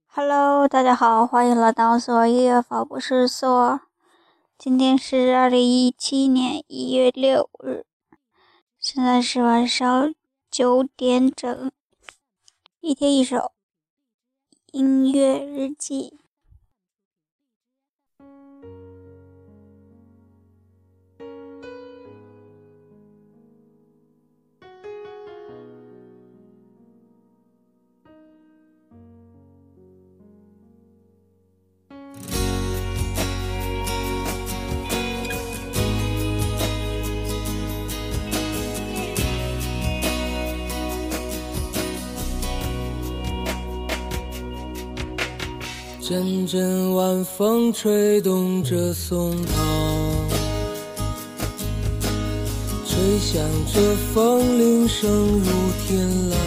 Hello，大家好，欢迎来到索尔音乐法，我是索尔。今天是2017年1月6日，现在是晚上9点整。一天一首音乐日记。 阵阵晚风吹动着松涛，吹响着风铃声如天籁。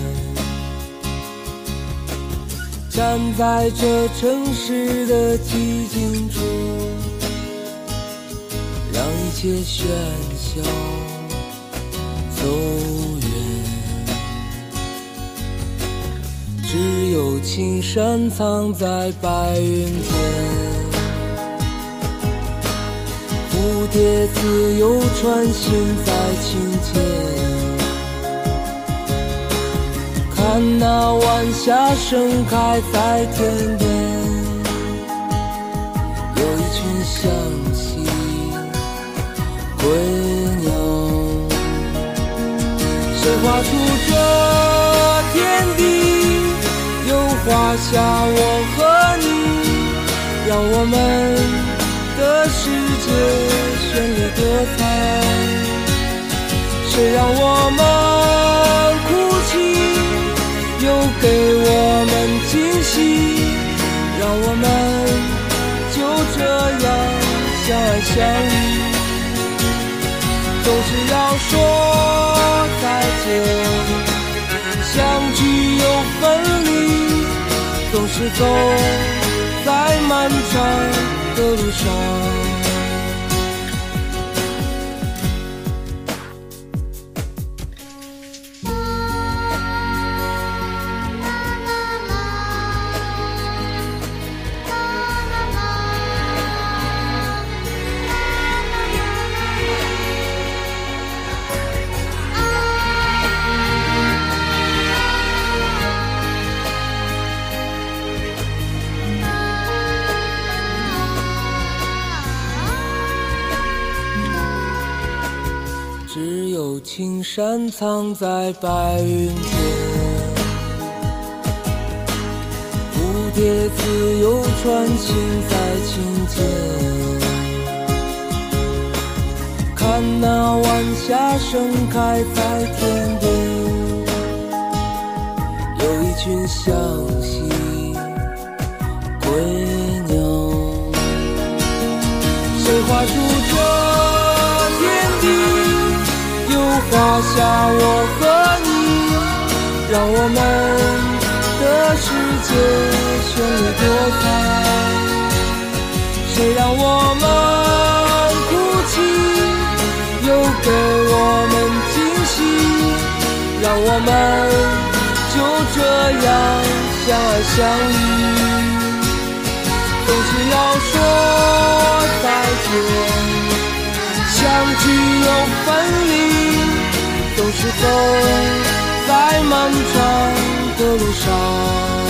站在这城市的寂静处，让一切喧嚣走远。只有青山藏在白云间，蝴蝶自由穿行在清涧。看那晚霞盛开在天边，有一群向西归鸟。谁画出这天地，又画下我和你，让我们的世界绚丽多彩。谁让我们哭泣，又给我们惊喜，让我们就这样相爱相依。总是要说再见，相聚又分离，总是走在漫长的路上。只有青山藏在白云间，蝴蝶自由穿行在清涧。看那晚霞盛开在天边，有一群向西归鸟。谁画出这天地，又画下我和你，让我们的世界绚丽多彩。谁让我们哭泣，又给我们惊喜，让我们就这样相爱相依。总是要说再见，相聚又分离，总是走在漫长的路上。